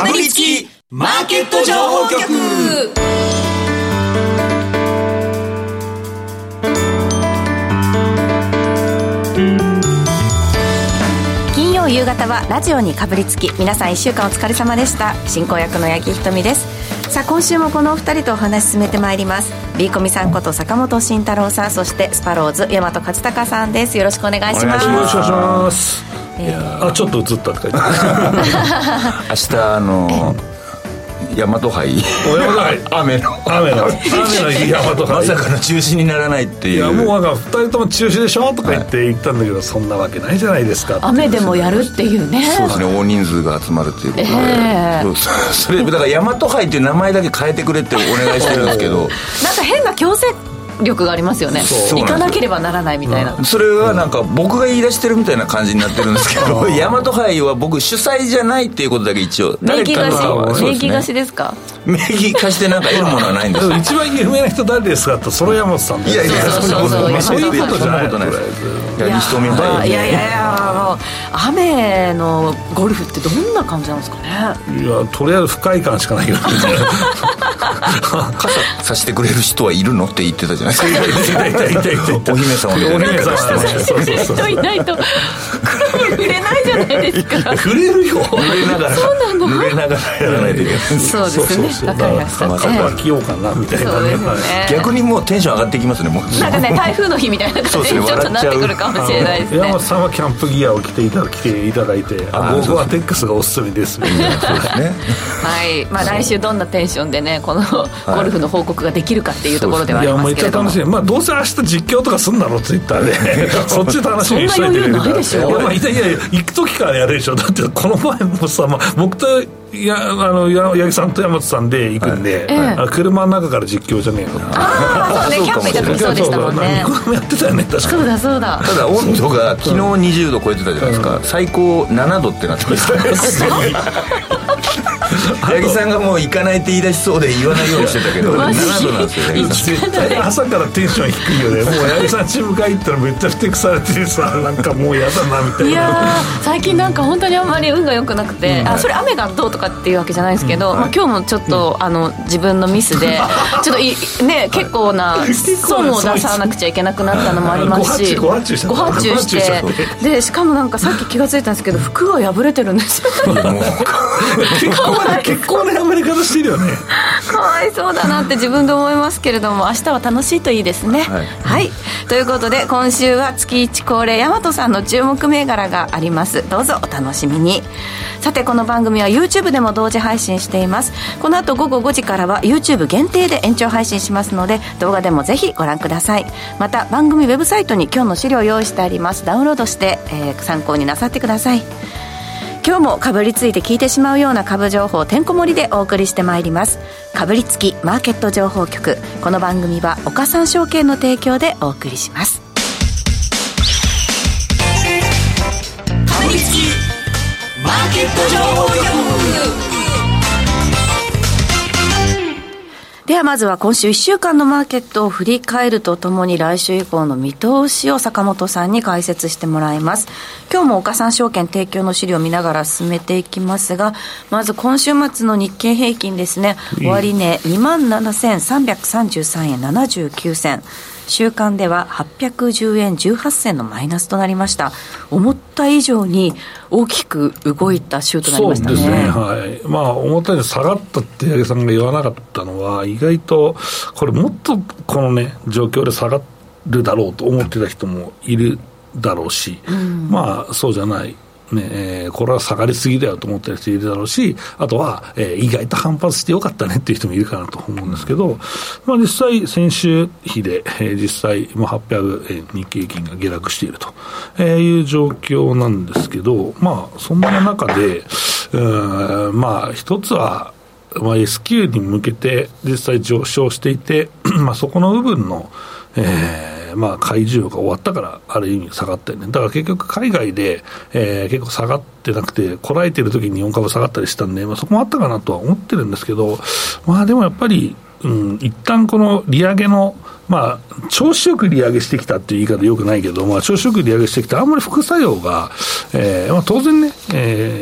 かぶりつきマーケット情報局。 金曜夕方はラジオにかぶりつき、皆さん1週間お疲れ様でした。進行役の八木ひとみです。さあ今週もこのお二人とお話進めてまいります。ビーコミさんこと坂本慎太郎さん、そしてスパローズ大和勝孝さんです。よろしくお願いします。 よろしくお願いします。ちょっと映ったって書いてある明日大和杯雨の日大和杯まさかの中止にならないっていう。 いやもうなんか2人とも中止でしょとか言ったんだけど、そんなわけないじゃないですか。 雨でもやるっていうね。 そうですね、大人数が集まるっていうことで、それだから大和杯っていう名前だけ変えてくれってお願いしてるんですけどなんか変な強制力がありますよね。行かなければならないみたいな、 それはなんか僕が言い出してるみたいな感じになってるんですけど大和杯は僕主催じゃないっていうことだけ一応名義貸しですか。 名義貸してなんか得るものはないんです一番有名な人誰ですかってそれ山本さんです。 いやいやそういうことじゃない。 いやもう雨のゴルフってどんな感じなんですかね。 いやとりあえず不快感しかないけど傘さしてくれる人はいるのって言ってたじゃないですか。 いお姫様みたいな人いないと触れないじゃないですか。 触れるよ。 濡れながら濡れながらやらないといけない。 そうですね、わかりました。 飽きようかなみたいな。 そうですね。 逆にもうテンション上がってきますね。もうなんかね、台風の日みたいな感じにちょっとなってくるかもしれないですね。 山本さんはキャンプギアを着ていただいて、僕はテックスがおすすめですみたいな。 はい、来週どんなテンションでねこのゴルフの報告ができるかっていうところではありますけれども、 いやもうめっちゃ楽しい。どうせ明日実況とかすんだろツイッターでそっち楽しみにしといてくれるから。そんな余裕ないでしょ。いや行く時からやるでしょ。だってこの前もさ、僕と八木さんと山本さんで行くんで、車の中から実況じゃねえよな。 そうね、キャンプ行った時そうでしたもんね。 やってたよね、確かに。 そうだただ温度が昨日20度超えてたじゃないですか。最高7度ってなってました八木さんがもう行かないって言い出しそうで言わないようにしてたけど7度なんですよ。 絶対朝からテンション低いよね。もう八木さんチーム会行ったらめっちゃふてくされてさ、なんかもうやだなみたいな。 いや最近なんか本当にあんまり運が良くなくて、それ雨がどうとかっていうわけじゃないですけど、今日もちょっと自分のミスでちょっとね結構な損を出さなくちゃいけなくなったのもありますし、ご発注してで、しかもなんかさっき気がついたんですけど服が破れてるんですよ結構な破れ方してるよね。 かわいそうだなって自分で思いますけれども、明日は楽しいといいですね。はい、ということで今週は月1恒例大和さんの注目銘柄があります。どうぞお楽しみに。さてこの番組は YouTube でも同時配信しています。この後午後5時からは YouTube 限定で延長配信しますので、動画でもぜひご覧ください。また番組ウェブサイトに今日の資料を用意してあります。ダウンロードして、参考になさってください。今日もかぶりついて聞いてしまうような株情報てんこ盛りでお送りしてまいります。かぶりつきマーケット情報局。この番組は岡三証券の提供でお送りします。 かぶりつきマーケット情報局。 ではまずは今週1週間のマーケットを振り返るとともに、来週以降の見通しを坂本さんに解説してもらいます。今日も岡三証券提供の資料を見ながら進めていきますが、まず今週末の日経平均ですね。終値27,333円79銭、週間では810円18銭のマイナスとなりました。思った以上に大きく動いた週となりましたね。 そうですね、はい。思ったより下がったって八木さんが言わなかったのは、意外とこれもっとこのね状況で下がるだろうと思ってた人もいるだろうし、そうじゃないね、これは下がりすぎだよと思ってる人いるだろうし、あとは、意外と反発してよかったねっていう人もいるかなと思うんですけど、実際先週比で、実際800円日経平均が下落しているという状況なんですけど、そんな中で一つはS q に向けて実際上昇していてそこの部分の買い需要が終わったからある意味下がったよね。だから結局海外で、結構下がってなくてこらえてる時に日本株下がったりしたんで、そこもあったかなとは思ってるんですけど、でもやっぱり、一旦この利上げの調子よく利上げしてきたっていう言い方よくないけど、調子よく利上げしてきたあんまり副作用が、当然ね、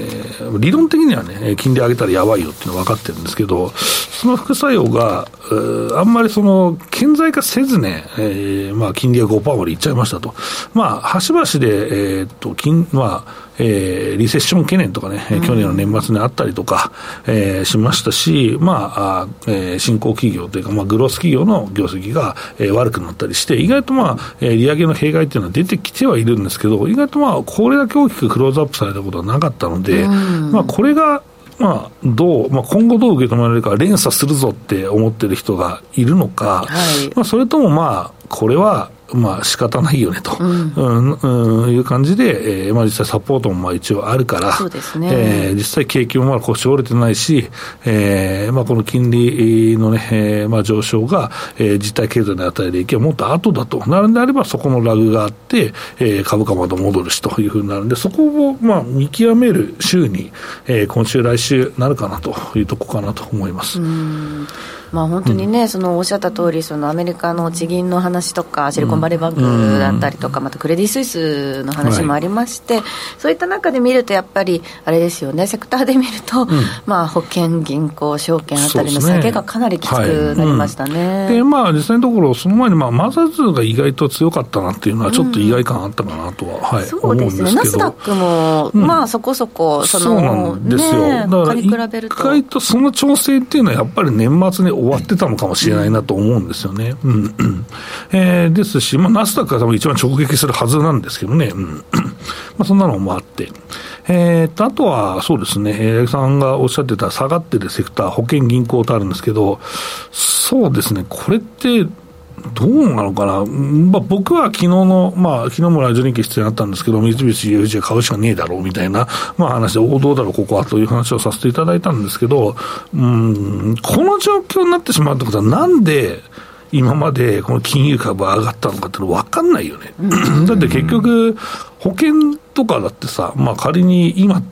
理論的にはね、金利上げたらやばいよっていうのは分かってるんですけど、その副作用が、あんまり顕在化せずね、金利が 5% までいっちゃいましたと。端々で、リセッション懸念とかね、去年の年末にあったりとか、しましたし、新興企業というか、グロース企業の業績が、悪くなったりして、意外と利上げの弊害っていうのは出てきてはいるんですけど、意外とこれだけ大きくクローズアップされたことはなかったので、これが、今後どう受け止められるか、連鎖するぞって思ってる人がいるのか、それともこれは、仕方ないよねと、いう感じで、実際サポートも一応あるから、そうですね、実際景気もまだ腰折れてないし、この金利のね、上昇が、実体経済に与える影響はもっと後だとなるんであれば、そこのラグがあって、株価まで戻るしというふうになるんで、そこを見極める週に、今週来週なるかなというところかなと思います。 本当にね、おっしゃった通り、アメリカの地銀の話とか、シリコンバレーバンクだったりとか、またクレディ・スイスの話もありまして、そういった中で見ると、やっぱりあれですよね、セクターで見ると、保険、銀行、証券あたりの下げがかなりきつくなりましたね。 で実際のところ、その前にマザーズが意外と強かったなっていうのは、ちょっと意外感あったかなとは、 そうですね、ナスダックも、そこそこ、 そうなんですよ。だから、意外とその調整っていうのは、やっぱり年末に終わってたのかもしれないなと思うんですよね。ですし、ナスダックが多分一番直撃するはずなんですけどね。そんなのもあって。あとはそうですね、八木さんがおっしゃってた下がってるセクター、保険銀行とあるんですけど、そうですね、これって、どうなのかな、僕は昨日もラジオ日経出演あったんですけど、三菱 UFJ 買うしかねえだろうみたいな、話で、どうだろうここはという話をさせていただいたんですけど、この状況になってしまうってことは、なんで今までこの金融株が上がったのかっていうの分かんないよね。だって結局、保険とかだってさ、仮に今って、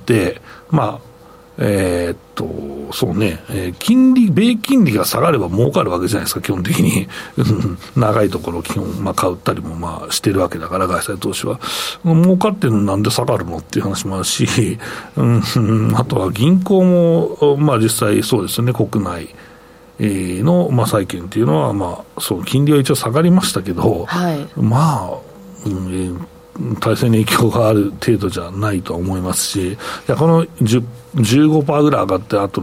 そうね、米金利が下がれば儲かるわけじゃないですか、基本的に。長いところを基本、買ったりもしてるわけだから、外債投資は。儲かってるのなんで下がるのっていう話もあるし、あとは銀行も、実際そうですね、国内の、債券っていうのは、そう、金利は一応下がりましたけど、体制に影響がある程度じゃないとは思いますし、この15% ぐらい上がって、あと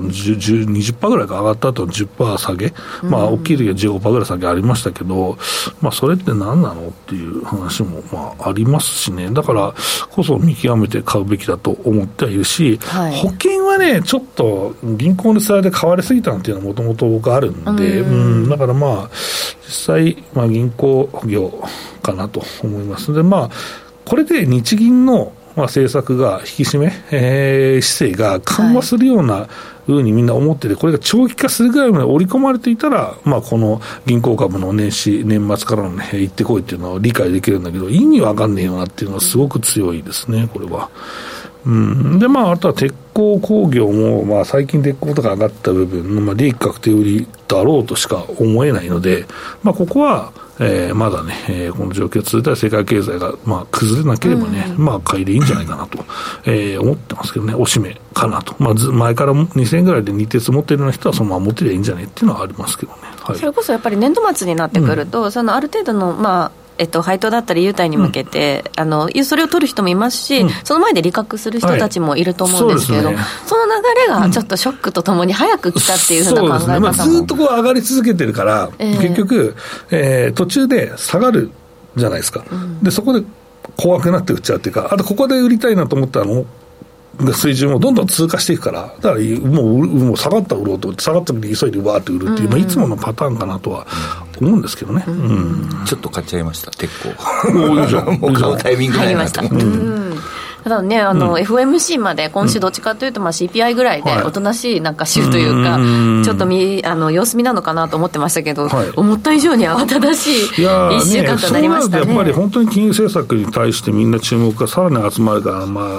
20% ぐらいが上がった後の 10% 下げ、大きい時は 15% ぐらい下げありましたけど、それって何なのっていう話もありますしね、だからこそ見極めて買うべきだと思ってはいるし、保険はね、ちょっと銀行のツアーで買われすぎたっていうのはもともと僕あるんで、だから実際、銀行業かなと思いますので、これで日銀の政策が引き締め、姿勢が緩和するようなふうにみんな思ってて、これが長期化するぐらいまで織り込まれていたら、この銀行株の年末からのね、行ってこいっていうのは理解できるんだけど、意味わかんねえよなっていうのはすごく強いですね、これは。で、あとは鉄鋼工業も、最近鉄鋼とか上がった部分の、利益確定売りだろうとしか思えないので、ここは、まだね、この状況が続いたら世界経済が、崩れなければね、買いでいいんじゃないかなと、思ってますけどね、おしめかなと。前から2000円ぐらいで日鉄持ってるような人はそのまま持ってりゃいいんじゃないっていうのはありますけどね。 それこそやっぱり年度末になってくると、ある程度の、配当だったり優待に向けて、それを取る人もいますし、その前で利確する人たちもいると思うんですけれども、その流れがちょっとショックとともに早く来たっていうふうな考え方も、 ずっと上がり続けてるから、結局、途中で下がるじゃないですか。でそこで怖くなって売っちゃうっていうか、あとここで売りたいなと思ったの水準をどんどん通過していくから、だからもう下がったら売ろうと、下がった時に急いでわーって売るっていう、いつものパターンかなとは思うんですけどね。 ちょっと買っちゃいました、結構。もう買うタイミングないなと思って。 ただね、FOMC まで今週どっちかというと、CPI ぐらいでおとなしい週というか、ちょっと様子見なのかなと思ってましたけど、思った以上に慌ただしい1週間となりましたね。 やっぱり本当に金融政策に対してみんな注目がさらに集まるから、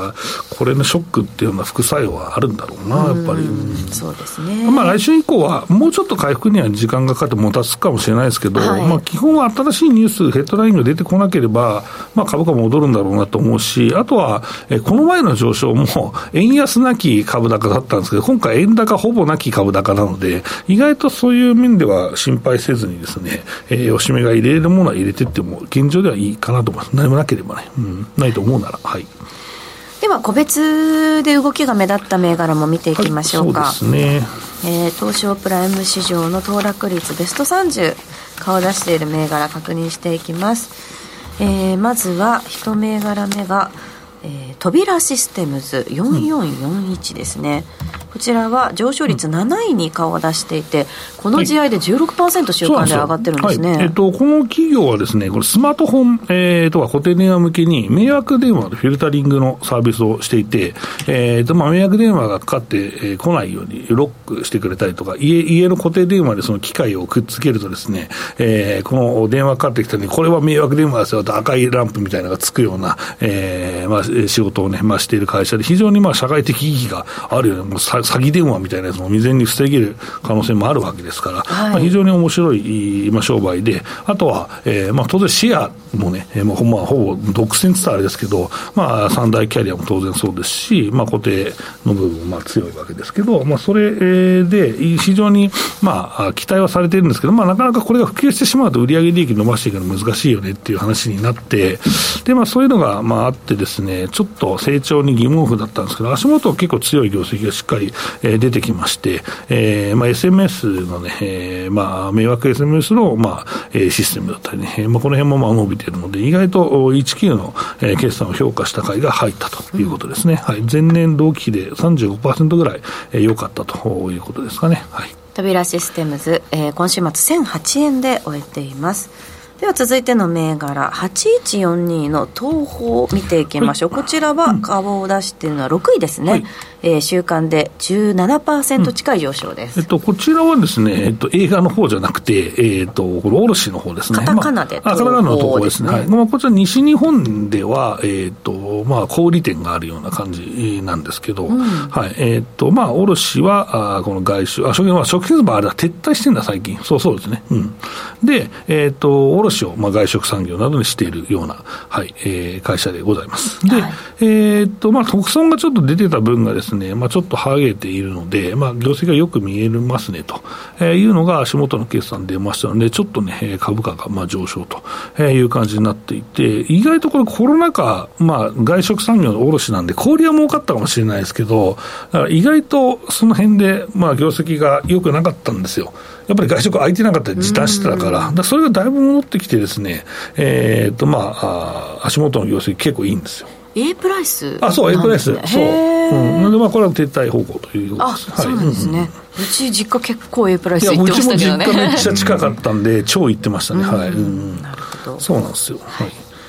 これのショックっていうような副作用はあるんだろうな、やっぱり。 そうですね。 来週以降はもうちょっと回復には時間がかかってもたつかもしれないですけど、基本は新しいニュース、ヘッドラインが出てこなければ、株価も戻るんだろうなと思うし、あとはこの前の上昇も円安なき株高だったんですけど、今回円高ほぼなき株高なので、意外とそういう面では心配せずにですね、おしめが入れるものは入れてっても現状ではいいかなと思います。何もなければね、ないと思うなら。はい。 では個別で動きが目立った銘柄も見ていきましょうか。 はい、そうですね。 東証プライム市場の騰落率ベスト30顔出している銘柄確認していきます。まずは1銘柄目が、扉システムズ4441ですね。こちらは上昇率7位に顔を出していて、この試合で 16% 週間で上がってるんですね。 はい、この企業はですね、これスマートフォン、とか固定電話向けに迷惑電話のフィルタリングのサービスをしていて、迷惑電話がかかってこないようにロックしてくれたりとか、家の固定電話でその機械をくっつけるとですね、この電話かかってきたのに、これは迷惑電話ですよと赤いランプみたいなのがつくような、仕事をね、している会社で、非常に社会的意義があるような、もう詐欺電話みたいなやつも未然に防げる可能性もあるわけですから、はい、非常に面白い、商売で、あとは、当然シェアもね、ほぼ独占って言ったらあれですけど、三大キャリアも当然そうですし、固定の部分も強いわけですけど、それで非常に期待はされているんですけど、なかなかこれが普及してしまうと売上利益伸ばしていくの難しいよねっていう話になって、でそういうのがあってですね、ちょっと成長に疑問符だったんですけど、足元は結構強い業績がしっかり、出てきまして、SMS のね、迷惑 SMS の、システムだったりね、この辺も伸びているので、意外と19の、決算を評価した回が入ったということですね。はい、前年同期比で 35% ぐらい良かったということですかね。はい、 扉システムズ、今週末1008円で終えています。では続いての銘柄8142の東宝を見ていきましょう。はい、こちらは顔を出しているのは6位ですね。はい、週間で 17% 近い上昇です。 こちらはですね、映画の方じゃなくて、これ卸の方ですね。 カタカナで東宝の東宝ですね。はい、こちら西日本では、小売店があるような感じなんですけど、はい、卸はこの外食、食品はあれは撤退してるんだ最近。そうですね。で、卸を外食産業などにしているような、はい、会社でございます。で、はい、特損がちょっと出てた分がですね、ちょっと剥げているので、業績がよく見えますねというのが足元の決算出ましたので、ちょっとね、株価が上昇という感じになっていて、意外とこれコロナ禍、外食産業の卸なんで、小売りは儲かったかもしれないですけど、だから意外とその辺で、業績が良くなかったんですよ。やっぱり外食空いてなかったり時短してたから、それがだいぶ戻ってきてですね、足元の業績結構いいんですよ。 A プライス、 そう A プライス、そう。でこれは撤退方向ということです。 そうなんですね。うち実家結構 A プライス行ってましたけどね。 うちも実家めっちゃ近かったんで超行ってましたね。はい。なるほど。 そうなんですよ。はい。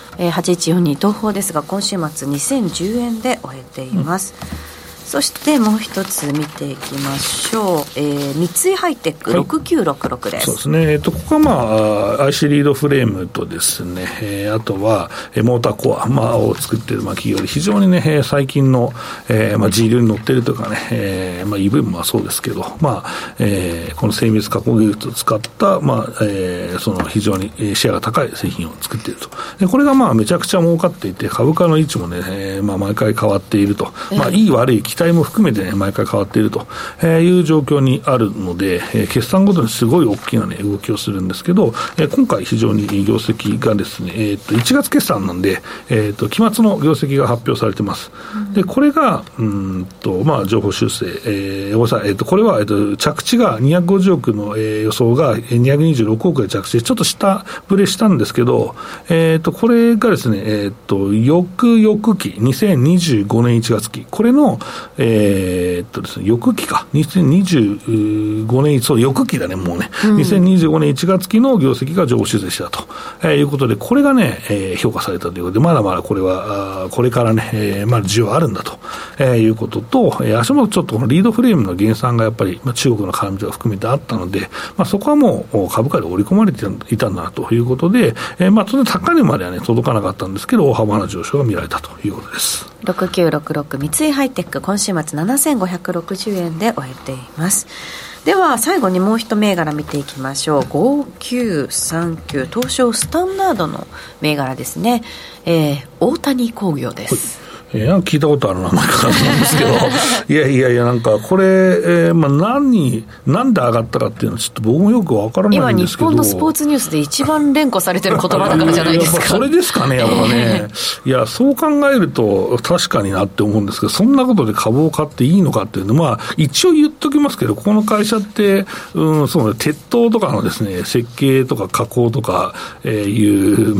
8142東宝ですが、今週末2010円で終えています。そしてもう一つ見ていきましょう。三井ハイテク6966です。 そうですね。ここはIC リードフレームとですね、あとはモーターコア、を作っている企業で非常にね、最近の、G 流に乗っているというかね、EV もそうですけど、この精密加工技術を使った、その非常にシェアが高い製品を作っていると。でこれがめちゃくちゃ儲かっていて、株価の位置もね、毎回変わっていると。いい悪い期待も含めてね、毎回変わっているという状況にあるので、決算ごとにすごい大きなね、動きをするんですけど、今回非常に業績がですね、1月決算なんで、期末の業績が発表されてます。で、これが、情報修正、これは、着地が250億の、予想が226億で着地で、ちょっと下振れしたんですけど、これがですね、翌々期、2025年1月期、これの、ですね、翌期か、2025年、そう、翌期だね、もうね、2025年1月期の業績が上方修正したと、いうことで、これがね、評価されたということで、まだまだこれは、これからね、需要あるんだと、いうことと、足元ちょっとこのリードフレームの減産がやっぱり、中国の絡みとか含めてあったので、そこはもう株価で織り込まれていたんだなということで、当然高値まではね、届かなかったんですけど、大幅な上昇が見られたということです。 6966三井ハイテク、今週末7560円で終えています。では最後にもう一銘柄見ていきましょう。5939東証スタンダードの銘柄ですね。大谷工業です。 聞いたことある名前かなと思うんですけどいやなんかこれ、なんで上がったかっていうのはちょっと僕もよくわからないんですけど、 今日本のスポーツニュースで一番連呼されてる言葉だからじゃないですか。 それですかね、やっぱねいやそう考えると確かになって思うんですけど、そんなことで株を買っていいのかっていうの一応言っときますけど、ここの会社って、そうね、鉄塔とかのですね設計とか加工とか、いう、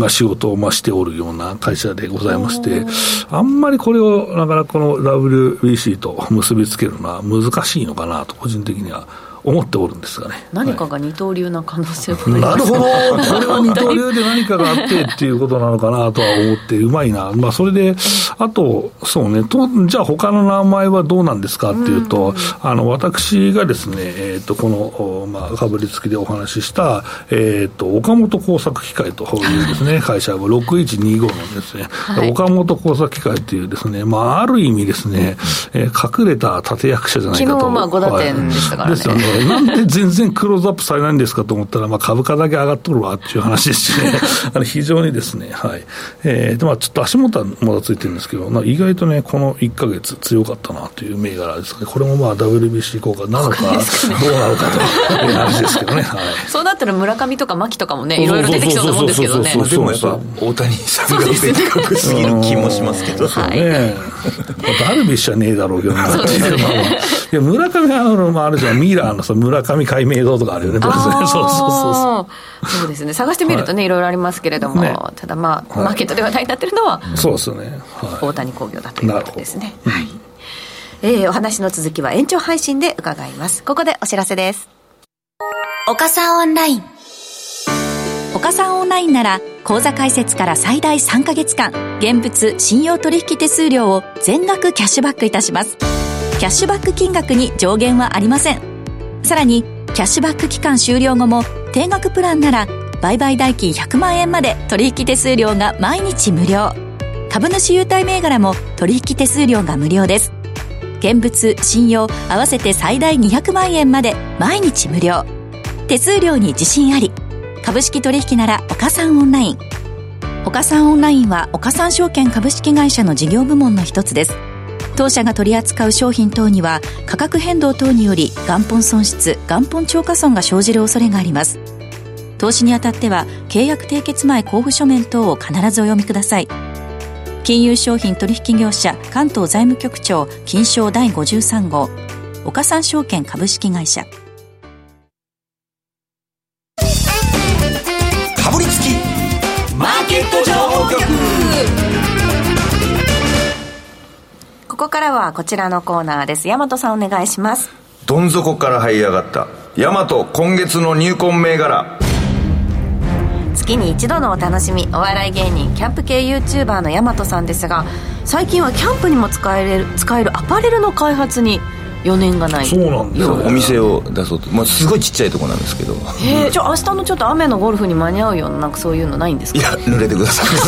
仕事をしておるような会社でございまして、あんまりこれをなかなかこの WBC と結びつけるのは難しいのかなと個人的には思っておるんですがね。 何かが二刀流な可能性もあります、 なるほど、これは二刀流で何かがあってっていうことなのかなとは思って、うまいな。それであとそうね、じゃあ他の名前はどうなんですかっていうと、私がですね、この、かぶりつきでお話しした、岡本工作機械というですね会社が6125のですね、はい、岡本工作機械っていうですね、ある意味ですね、隠れた立役者じゃないかと。 昨日5打点でしたからね。 ですよね。なんで全然クローズアップされないんですかと思ったら、株価だけ上がっとるわっていう話ですしね非常にですね、はい、ちょっと足元はまだついてるんですけど、意外とねこの1ヶ月強かったなという銘柄ですね。これもWBC 効果なのかどうなのかという話ですけどね、はい、 そうなったら村上とか牧とかもね、いろいろ出てきそうなもんですけどね。 でもやっぱ大谷さんが正確すぎる気もしますけど、 そうね、ダルビッシュはねえだろうけどなっていうのはいや村上あるじゃん、ミラーの村上海明堂とかあるよね。 そうですね、探してみるとね、いろいろありますけれども、ただマーケットで話題になってるのは、 そうですよね、 大谷工業だということですね。はい、お話の続きは延長配信で伺います。ここでお知らせです。 岡さんオンライン。 岡さんオンラインなら口座開設から最大3ヶ月間現物信用取引手数料を全額キャッシュバックいたします。キャッシュバック金額に上限はありません。さらにキャッシュバック期間終了後も定額プランなら売買代金100万円まで取引手数料が毎日無料。株主優待銘柄も取引手数料が無料です。現物信用合わせて最大200万円まで毎日無料。手数料に自信あり。株式取引なら岡三オンライン。岡三オンラインは岡三証券株式会社の事業部門の一つです。当社が取り扱う商品等には価格変動等により元本損失元本超過損が生じる恐れがあります。投資にあたっては契約締結前交付書面等を必ずお読みください。金融商品取引業者関東財務局長金商第53号岡三証券株式会社。 かぶりつきマーケット情報局。 ここからはこちらのコーナーです。大和さんお願いします。 どん底から這い上がった大和今月の入魂銘柄。 月に一度のお楽しみ、お笑い芸人キャンプ系 YouTuber の大和さんですが、最近はキャンプにも使えるアパレルの開発に余念がない。 そうなんですよ、 お店を出そうと、すごいちっちゃいとこなんですけど、 明日のちょっと雨のゴルフに間に合うような、なんかそういうのないんですか？ いや、濡れてください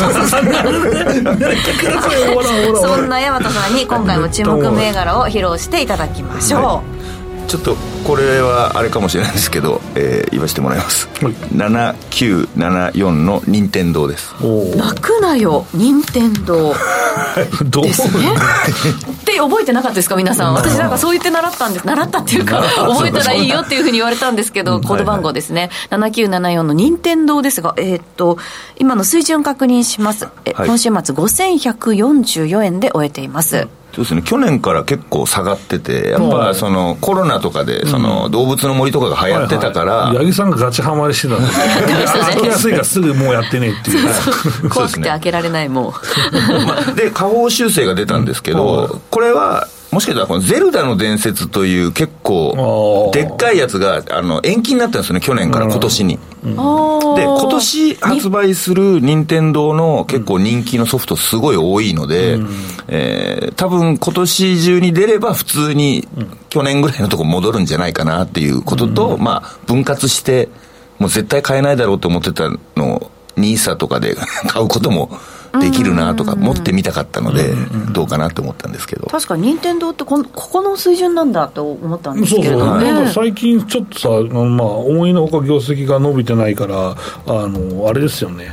そんな大和さんに今回も注目銘柄を披露していただきましょう。 ちょっとこれはあれかもしれないですけど、言わせてもらいます、はい、7974の任天堂です。 泣くなよ任天堂ですねって覚えてなかったですか皆さん？私なんかそう言って習ったっていうか覚えたらいいよっていうふうに言われたんですけどコード番号ですね、7974の任天堂ですが、今の水準確認します。今週末5144円で終えています。 そうですね、去年から結構下がってて、やっぱそのコロナとかでその動物の森とかが流行ってたから、 八木さんがガチハマりしてたんで開きやすいからすぐもうやってねっていう怖くて開けられないもうで下方修正が出たんですけど、これはもしかしたらこのゼルダの伝説という結構でっかいやつが延期になったんですよね、去年から今年に。で今年発売する任天堂の結構人気のソフトすごい多いので、多分今年中に出れば普通に去年ぐらいのとこ戻るんじゃないかなっていうことと、分割してもう絶対買えないだろうと思ってたのを NISA とかで買うこともできるなとか持ってみたかったのでどうかなと思ったんですけど、 確かに任天堂ってここの水準なんだと思ったんですけれどもね。 なんか最近ちょっとさ、思いのほか業績が伸びてないからあれですよね、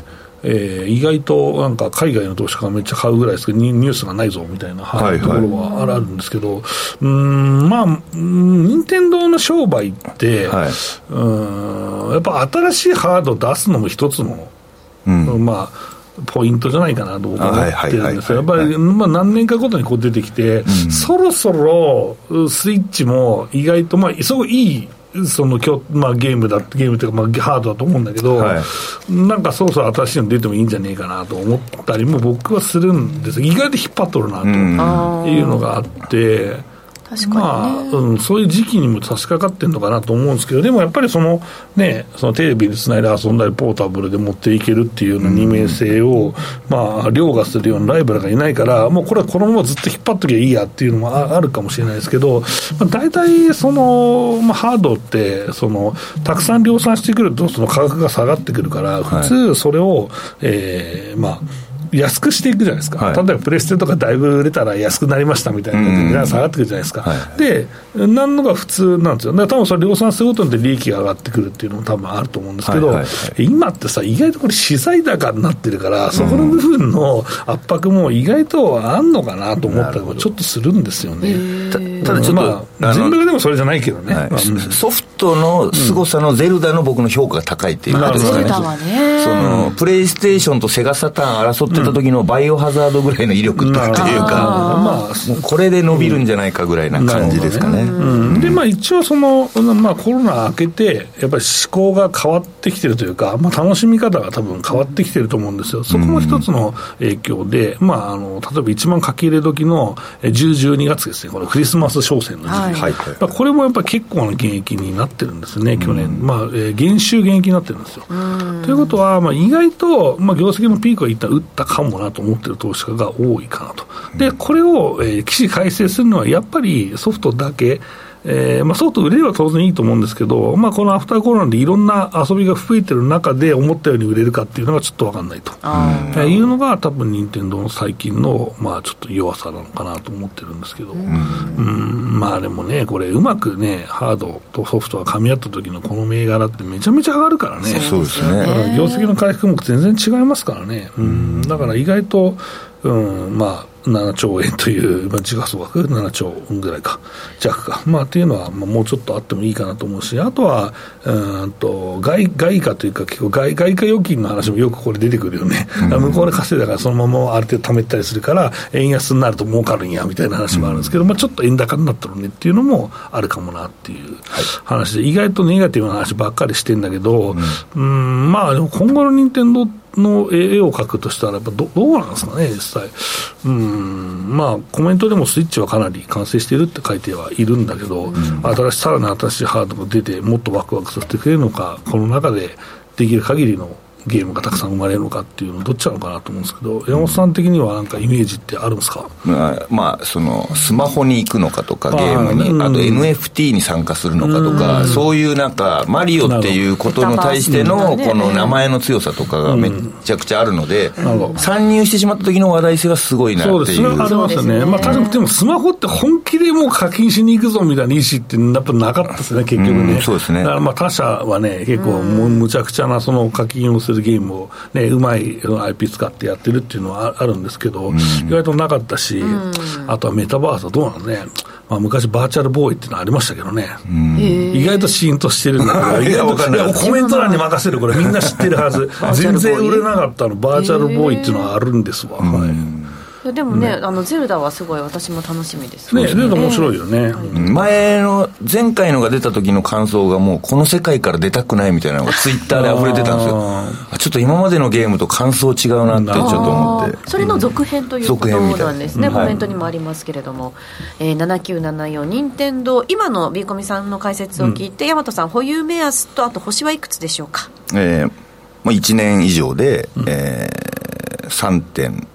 意外となんか海外の投資家がめっちゃ買うぐらいですけどニュースがないぞみたいな、ところはあるんですけど、まあ任天堂の商売って、やっぱ新しいハードを出すのも一つの、まあポイントじゃないかなと僕は思ってるんですよ。やっぱり、まあ、何年かごとにこう出てきて、そろそろスイッチも意外と、まあ、すごいいいまあ、ゲームというか、まあ、ハードだと思うんだけど、なんかそろそろ新しいの出てもいいんじゃねえかなと思ったりも僕はするんです。意外と引っ張っとるなというのがあって、 確かにね、 まあそういう時期にも差し掛かってるのかなと思うんですけど、でもやっぱりそのテレビでつないで遊んだりポータブルで持っていけるっていうような二面性を、まあ凌駕するようなライバルがいないから、もうこれはこのままずっと引っ張っときゃいいやっていうのもあるかもしれないですけど、まあ、大体その、まあ、ハードってたくさん量産してくるとその価格が下がってくるから、普通それを、まあ安くしていくじゃないですか、例えばプレステとかだいぶ売れたら安くなりましたみたいな値段下がってくるじゃないですか、でなんのが普通なんですよ。だから多分それ量産することによって利益が上がってくるっていうのも多分あると思うんですけど、今ってさ意外とこれ資材高になってるから、そこの部分の圧迫も意外とあんのかなと思ったりもちょっとするんですよね。 ただちょっと、 まあ、全部でもそれじゃないけどね、 ソフトの凄さのゼルダの僕の評価が高いっていうことですかね。 ゼルダはね、 プレイステーションとセガサターン争ってた時のバイオハザードぐらいの威力っていうか、まあ、もうこれで伸びるんじゃないかぐらいな感じですかね。 で、まあ、一応まあ、コロナ明けてやっぱり思考が変わってきてるというか、まあ、楽しみ方が多分変わってきてると思うんですよ。そこも一つの影響で、まあ、例えば一番書き入れ時の10、12月ですね、このクリスマス商戦の時期、これもやっぱり結構な減益になってるんですね、去年、まあ減収減益になってるんですよ。ということは、まあ、意外と、まあ、業績のピークは一旦打ったかもなと思ってる投資家が多いかなと。でこれを、起死回生するのはやっぱりソフトだけ、まあ、ソフト売れれば当然いいと思うんですけど、まあ、このアフターコロナでいろんな遊びが増えてる中で思ったように売れるかっていうのがちょっと分かんないというのが多分任天堂の最近の、まあ、ちょっと弱さなのかなと思ってるんですけど、まあでもねこれうまくねハードとソフトが噛み合った時のこの銘柄ってめちゃめちゃ上がるからね。 そうですね。 業績の回復も全然違いますからね。だから意外と、まあ7兆円という、まあ、時価総額7兆ぐらいか弱か、まあ、っていうのは、まあ、もうちょっとあってもいいかなと思うし、あとは外貨というか結構外貨預金の話もよくこれ出てくるよね、向こうで稼いだからそのままある程度貯めたりするから円安になると儲かるんやみたいな話もあるんですけど、まあ、ちょっと円高になったのねっていうのもあるかもなっていう話で、意外とネガティブな話ばっかりしてんだけど、まあでも今後の任天堂の絵を描くとしたらやっぱどうなんですかね実際。まあコメントでもスイッチはかなり完成しているって書いてはいるんだけど、さらに新しいハードが出てもっとワクワクさせてくれるのか、この中でできる限りのゲームがたくさん生まれるのかっていうのどっちなのかなと思うんですけど、山本さん的にはなんかイメージってあるんですか？ まあそのスマホに行くのかとかゲームに、あと NFT に参加するのかとか、そういうなんかマリオっていうことに対してのこの名前の強さとかがめちゃくちゃあるので、参入してしまった時の話題性がすごいなっていう。 そうです、それはありますよね。まあ確かにでもスマホって本気でもう課金しに行くぞみたいな意思ってやっぱなかったですね結局ね。 そうですね。 だからまあ他社はね結構もうむちゃくちゃなその課金をするゲームをうまい IP 使ってやってるっていうのはあるんですけど、意外となかったし、あとはメタバースはどうなのね、まあ、昔バーチャルボーイっていうのありましたけどね、意外とシーンとしてるんだけどコメント欄に任せるこれみんな知ってるはず全然売れなかったのバーチャルボーイっていうのはあるんですわ。 でもね、ゼルダはすごい私も楽しみですね。ゼルダ面白いよね。 前回のが出た時の感想がもうこの世界から出たくないみたいなのがツイッターで溢れてたんですよ。ちょっと今までのゲームと感想違うなってちょっと思って。 それの続編ということなんですね。コメントにもありますけれども、7974任天堂今のビーコミさんの解説を聞いて、大和さん保有目安とあと星はいくつでしょうか？ 1年以上で、3.6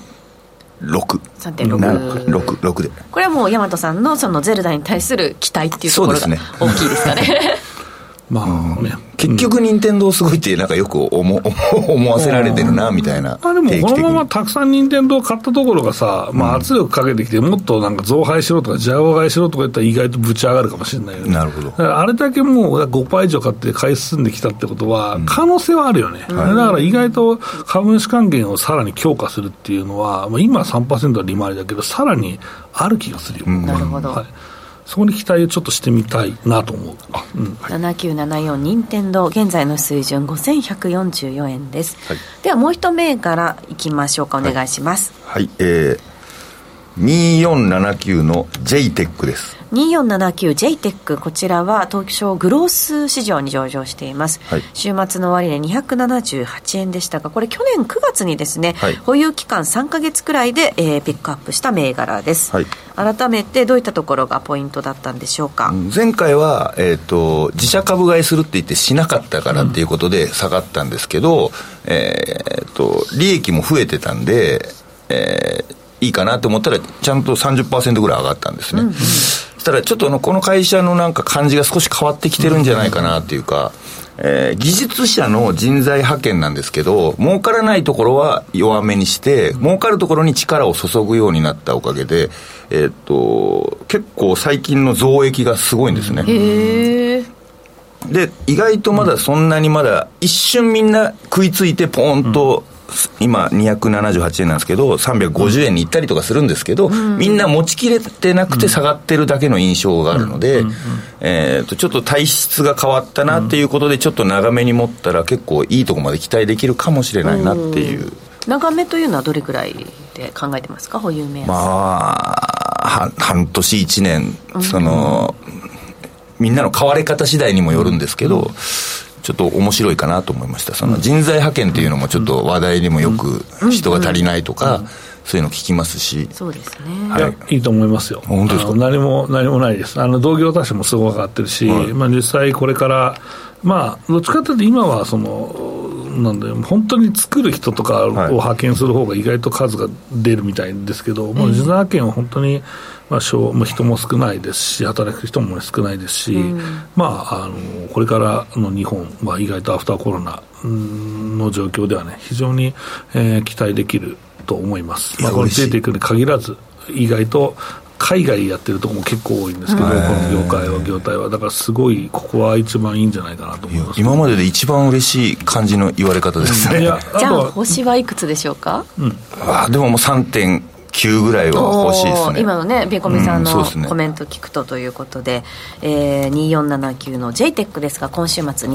でこれはもう大和さんのそのゼルダに対する期待っていうところが大きいですかね。 まあね、 結局任天堂すごいってなんかよく思わせられてるなみたいな。 でもこのままたくさん任天堂買ったところがさ、まあ、圧力かけてきてもっとなんか増配しろとかジャガ買いしろとか言ったら意外とぶち上がるかもしれないよね。 なるほど。 だからあれだけもう 5% 以上買って買い進んできたってことは可能性はあるよね、だから意外と株主還元をさらに強化するっていうのは、まあ、今は 3% は利回りだけどさらにある気がするよ、 なるほど、 はい、そこに期待をちょっとしてみたいなと思う。 7974任天堂現在の水準5144円です、はい、ではもう一銘柄いきましょうか。お願いします。 はい、2479の JTEC です。 2479 JTEC、 こちらは東証グロース市場に上場しています、はい、週末の終値278円でしたが、これ去年9月にですね、はい、保有期間3ヶ月くらいで、ピックアップした銘柄です、はい、改めてどういったところがポイントだったんでしょうか。 前回は、自社株買いするって言ってしなかったからっていうことで下がったんですけど、利益も増えてたんで、いいかなと思ったらちゃんと 30% ぐらい上がったんですね、そしたらちょっとこの会社のなんか感じが少し変わってきてるんじゃないかなっていうか、技術者の人材派遣なんですけど、儲からないところは弱めにして儲かるところに力を注ぐようになったおかげで、結構最近の増益がすごいんですね。で意外とまだそんなにまだ一瞬みんな食いついてポーンと、今278円なんですけど350円に行ったりとかするんですけど、みんな持ちきれてなくて下がってるだけの印象があるので、ちょっと体質が変わったなっていうことでちょっと長めに持ったら結構いいところまで期待できるかもしれないなっていう。 長めというのはどれくらいで考えてますか、保有目安。 半年1年、みんなの買われ方次第にもよるんですけど、ちょっと面白いかなと思いました。その人材派遣っていうのもちょっと話題にもよく人が足りないとか、そういうの聞きますし。 そうですね、 はい、いいと思いますよ。 本当ですか。 何もないです。同業他社もすごく上がってるし、まあ、実際これからまあどっちかというと今はなんで本当に作る人とかを派遣する方が意外と数が出るみたいですけど、人材派遣は本当に人も少ないですし働く人も少ないですし、これからの日本は意外とアフターコロナの状況ではね非常に、期待できると思います。このJTECに限らず意外と海外やってるところも結構多いんですけど、この業態はだからすごいここは一番いいんじゃないかなと思います。 今までで一番嬉しい感じの言われ方ですね。 じゃあ星はいくつでしょうか。 でももう 3.9 ぐらいは欲しいですね。 今のねビコミさんのコメント聞くということで、2479の JTEC ですが今週末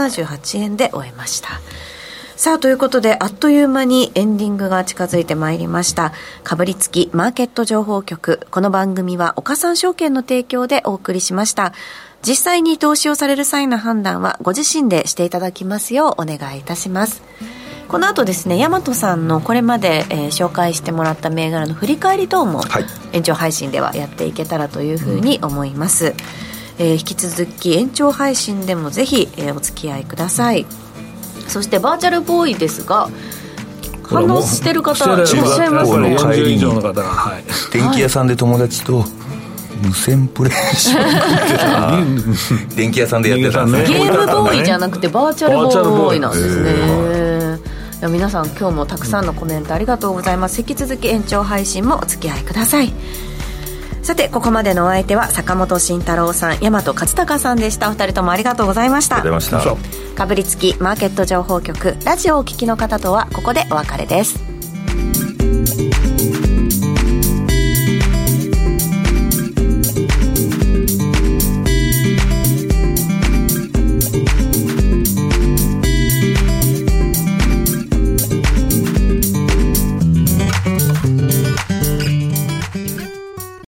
278円で終えました。さあということであっという間にエンディングが近づいてまいりました。かぶりつきマーケット情報局、この番組は岡三証券の提供でお送りしました。実際に投資をされる際の判断はご自身でしていただきますようお願いいたします。この後ですね大和さんのこれまで、紹介してもらった銘柄の振り返り等も、延長配信ではやっていけたらというふうに思います、引き続き延長配信でもぜひ、お付き合いください。そしてバーチャルボーイですが反応してる方いらっしゃいますね。 帰りに電気屋さんで友達と無線プレイしまくってた電気屋さんでやってたんですね。 ゲームボーイじゃなくてバーチャルボーイなんですね。いや皆さん今日もたくさんのコメントありがとうございます。引き続き延長配信もお付き合いください。さてここまでのお相手は坂本慎太郎さん、大和勝孝さんでした。お二人ともありがとうございました。 ありがとうございました。 かぶりつきマーケット情報局ラジオをお聞きの方とはここでお別れです。